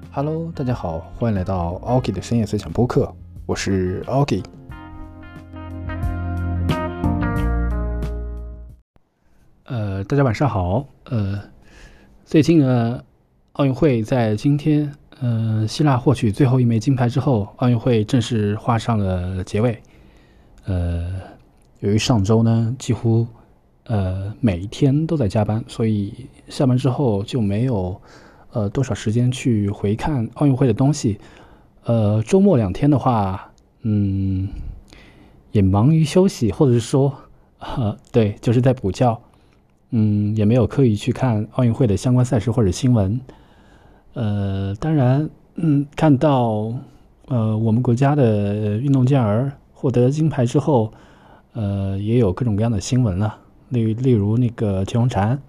Hello，大家好，欢迎来到 Aoki 的深夜随想播客，我是 Aoki。大家晚上好。最近呢，奥运会在今天，希腊获取最后一枚金牌之后，奥运会正式画上了结尾。由于上周呢，几乎每一天都在加班，所以下班之后就没有多少时间去回看奥运会的东西。周末2天的话，也忙于休息，或者是说，对，就是在补觉。也没有刻意去看奥运会的相关赛事或者新闻。当然，看到我们国家的运动健儿获得金牌之后，也有各种各样的新闻了。例如那个全红婵，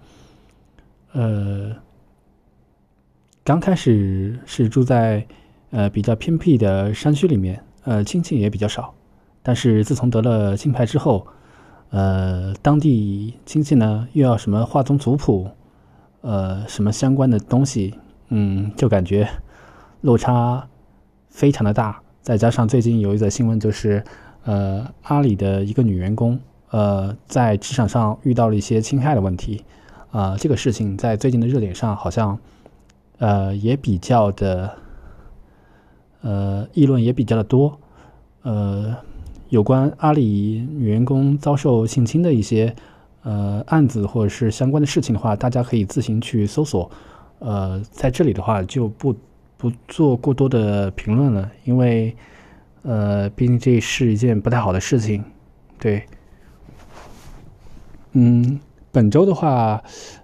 刚开始是住在比较偏僻的山区里面，亲戚也比较少。但是自从得了金牌之后，当地亲戚呢又要什么画宗族谱，什么相关的东西，就感觉落差非常的大。再加上最近有一则新闻，就是阿里的一个女员工，在职场上遇到了一些侵害的问题，这个事情在最近的热点上好像也比较的议论也比较的多。有关阿里女员工遭受性侵的一些案子或者是相关的事情的话，大家可以自行去搜索。在这里的话就不做过多的评论了，因为毕竟这是一件不太好的事情。对，本周的话，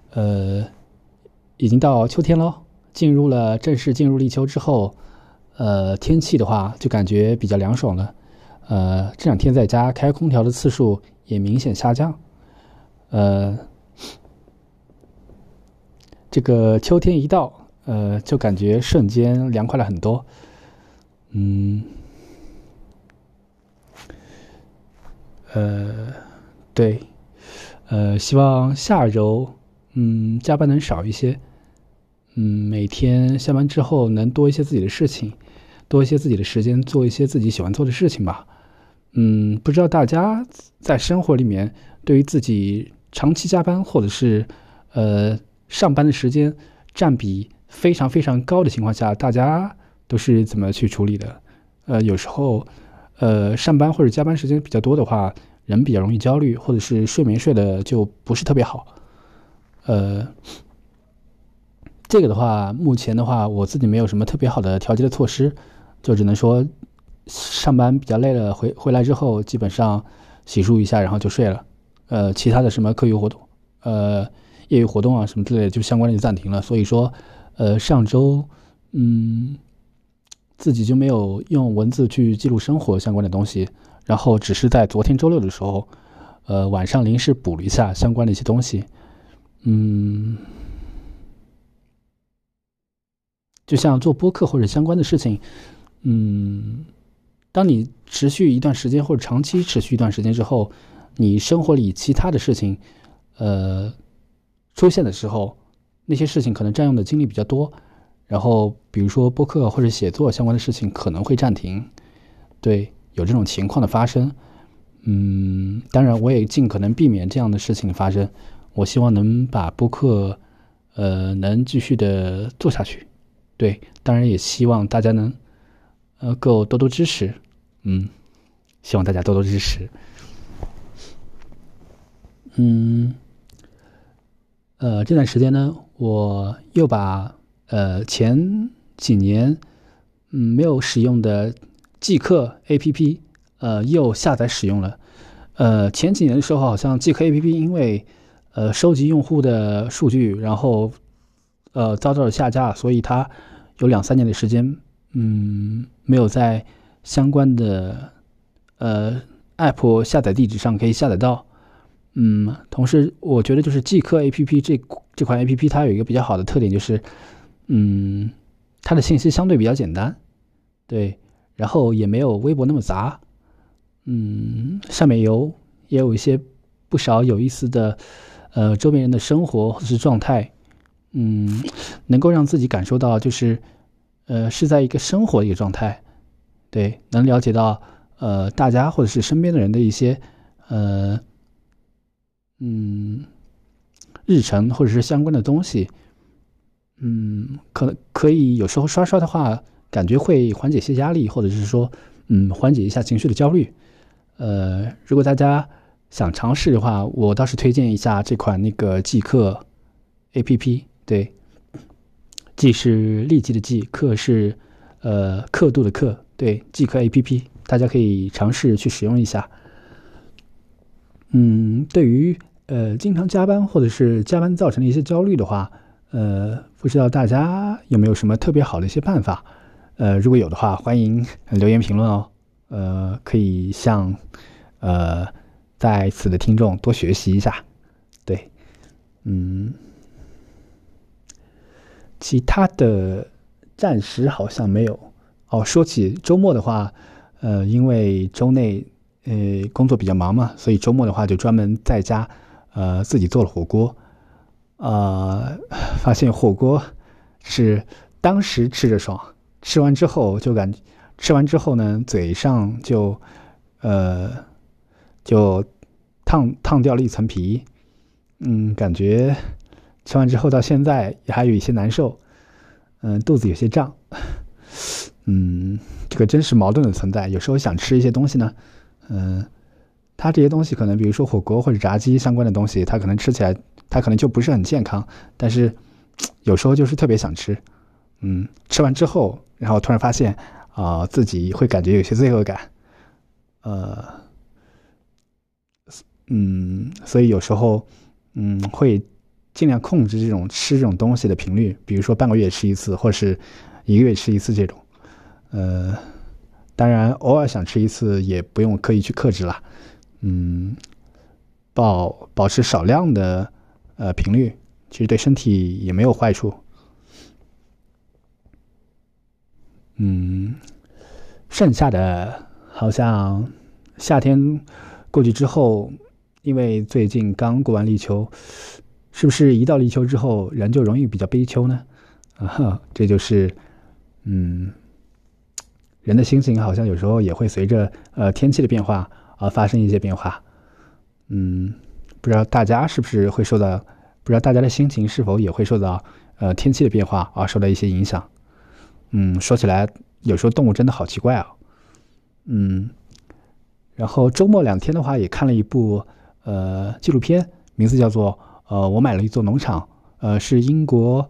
已经到秋天了，正式进入立秋之后，天气的话就感觉比较凉爽了。这2天在家开空调的次数也明显下降。这个秋天一到，就感觉瞬间凉快了很多。对，希望下周加班能少一些，每天下班之后能多一些自己的事情，多一些自己的时间，做一些自己喜欢做的事情吧。不知道大家在生活里面对于自己长期加班或者是上班的时间占比非常非常高的情况下，大家都是怎么去处理的？有时候上班或者加班时间比较多的话，人比较容易焦虑，或者是睡眠睡得就不是特别好。这个的话，目前的话我自己没有什么特别好的调节的措施，就只能说上班比较累了，回来之后基本上洗漱一下然后就睡了。其他的什么课余活动业余活动啊什么之类的就相关的就暂停了。所以说上周自己就没有用文字去记录生活相关的东西，然后只是在昨天周六的时候晚上临时补了一下相关的一些东西。就像做播客或者相关的事情，当你持续一段时间或者长期持续一段时间之后，你生活里其他的事情出现的时候，那些事情可能占用的精力比较多，然后比如说播客或者写作相关的事情可能会暂停。对，有这种情况的发生。当然我也尽可能避免这样的事情的发生，我希望能把播客能继续的做下去。对，当然也希望大家能够多多支持。希望大家多多支持。这段时间呢，我又把前几年没有使用的即刻 APP 又下载使用了。前几年的时候，好像即刻 APP 因为收集用户的数据，然后遭到了下架，所以它有2-3年的时间没有在相关的App 下载地址上可以下载到。同时我觉得就是即刻 APP 这款 APP 它有一个比较好的特点，就是它的信息相对比较简单。对，然后也没有微博那么杂。上面也有一些不少有意思的周边人的生活或者是状态。能够让自己感受到就是是在一个生活的一个状态，对，能了解到大家或者是身边的人的一些日程或者是相关的东西，可以有时候刷刷的话，感觉会缓解一些压力，或者是说缓解一下情绪的焦虑。如果大家想尝试的话，我倒是推荐一下这款那个即刻 APP。对，即是立即的即，刻是刻度的刻，对，即刻 APP， 大家可以尝试去使用一下。对于经常加班或者是加班造成的一些焦虑的话，不知道大家有没有什么特别好的一些办法？如果有的话，欢迎留言评论哦。可以向在此的听众多学习一下。对，其他的暂时好像没有。说起周末的话，因为周内工作比较忙嘛，所以周末的话就专门在家自己做了火锅。发现火锅是当时吃着爽，吃完之后呢，嘴上就烫掉了一层皮。感觉吃完之后到现在也还有一些难受，肚子有些胀。这个真是矛盾的存在。有时候想吃一些东西呢，它这些东西可能比如说火锅或者炸鸡相关的东西，它可能吃起来它可能就不是很健康，但是有时候就是特别想吃。吃完之后，然后突然发现自己会感觉有些罪恶感。所以有时候会尽量控制吃这种东西的频率，比如说半个月吃一次，或是1个月吃一次这种。当然偶尔想吃一次也不用刻意去克制了。保持少量的频率，其实对身体也没有坏处。剩下的好像夏天过去之后，因为最近刚过完立秋，是不是一到立秋之后人就容易比较悲秋呢？这就是人的心情好像有时候也会随着天气的变化而发生一些变化。不知道大家是不是会受到，不知道大家的心情是否也会受到天气的变化而受到一些影响。说起来有时候动物真的好奇怪啊。然后周末2天的话也看了一部纪录片，名字叫做我买了一座农场。是英国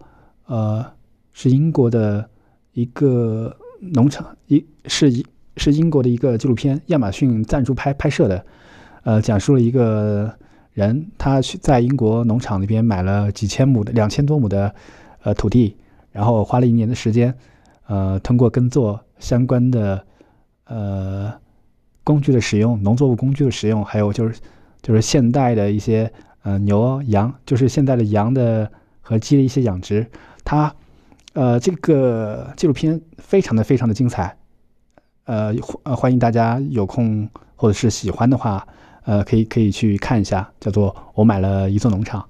的一个农场，是英国的一个纪录片，亚马逊赞助拍摄的。讲述了一个人，他在英国农场那边买了2000多亩的土地，然后花了1年的时间，通过耕作相关的工具的使用，农作物工具的使用，还有就是现代的一些牛羊，就是现代的羊的和鸡的一些养殖。这个纪录片非常的精彩。欢迎大家有空或者是喜欢的话，可以去看一下，叫做我买了一座农场。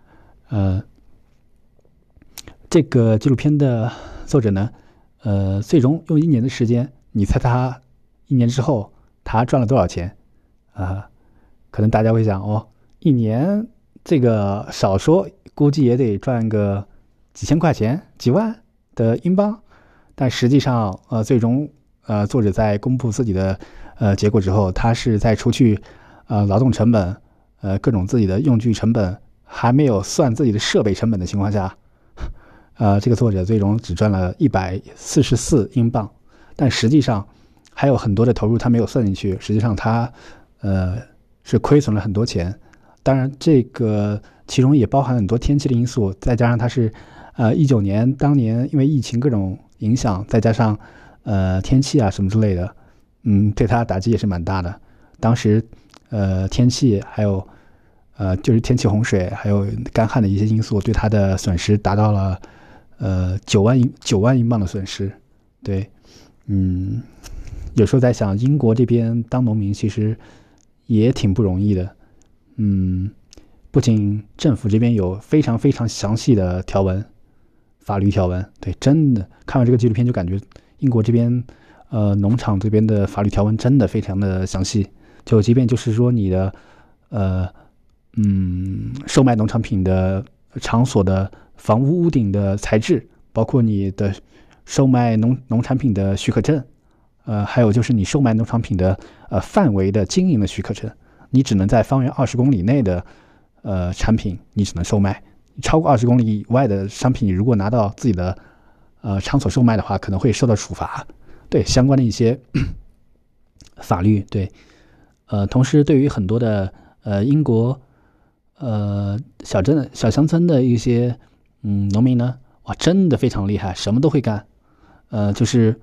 这个纪录片的作者呢，最终用1年的时间，你猜他1年之后他赚了多少钱？可能大家会想1年这个少说估计也得赚个几千块钱、几万的英镑，但实际上最终作者在公布自己的结果之后，他是在除去劳动成本、各种自己的用具成本，还没有算自己的设备成本的情况下，这个作者最终只赚了144英镑，但实际上还有很多的投入他没有算进去，实际上他是亏损了很多钱。当然这个其中也包含很多天气的因素，再加上他是19年当年因为疫情各种影响，再加上天气啊什么之类的，对他打击也是蛮大的。当时天气还有就是天气洪水还有干旱的一些因素，对他的损失达到了9万英镑的损失。对，有时候在想英国这边当农民其实也挺不容易的。不仅政府这边有非常详细的条文， 法律条文。对，真的看完这个纪录片就感觉英国这边农场这边的法律条文真的非常的详细。就即便就是说你的售卖农产品的场所的房屋屋顶的材质，包括你的售卖农产品的许可证，还有就是你售卖农产品的范围的经营的许可证，你只能在方圆20公里内的产品你只能售卖，超过20公里以外的商品，你如果拿到自己的场所售卖的话，可能会受到处罚。对，相关的一些法律。对，同时对于很多的英国小乡村的一些农民呢，哇，真的非常厉害，什么都会干。就是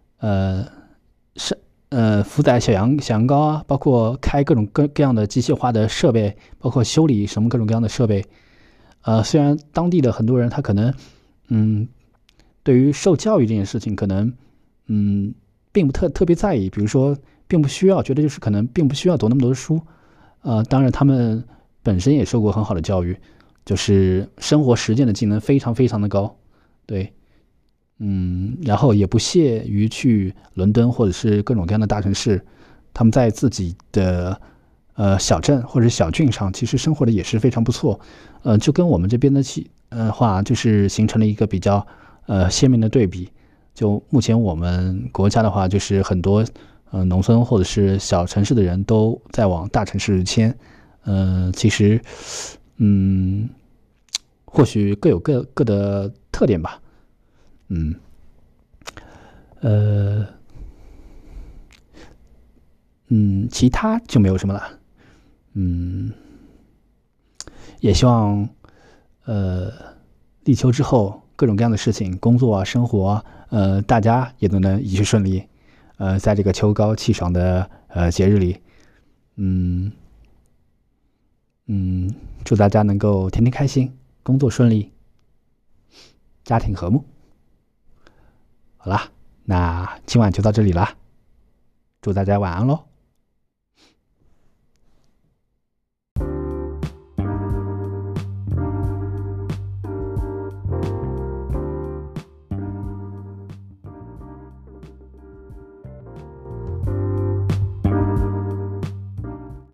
屠宰小羊羔啊，包括开各种各样的机械化的设备，包括修理什么各种各样的设备。虽然当地的很多人他可能对于受教育这件事情可能并不特别在意，比如说并不需要，觉得就是可能并不需要读那么多书。当然他们本身也受过很好的教育，就是生活实践的技能非常非常的高。对，然后也不屑于去伦敦或者是各种各样的大城市，他们在自己的小镇或者小郡上，其实生活的也是非常不错。就跟我们这边的话，就是形成了一个比较鲜明的对比。就目前我们国家的话，就是很多农村或者是小城市的人都在往大城市迁。其实或许各有各的特点吧。其他就没有什么了。也希望立秋之后各种各样的事情，工作啊、生活啊，大家也都能一切顺利。在这个秋高气爽的节日里，祝大家能够天天开心，工作顺利，家庭和睦。好啦，那今晚就到这里啦，祝大家晚安喽。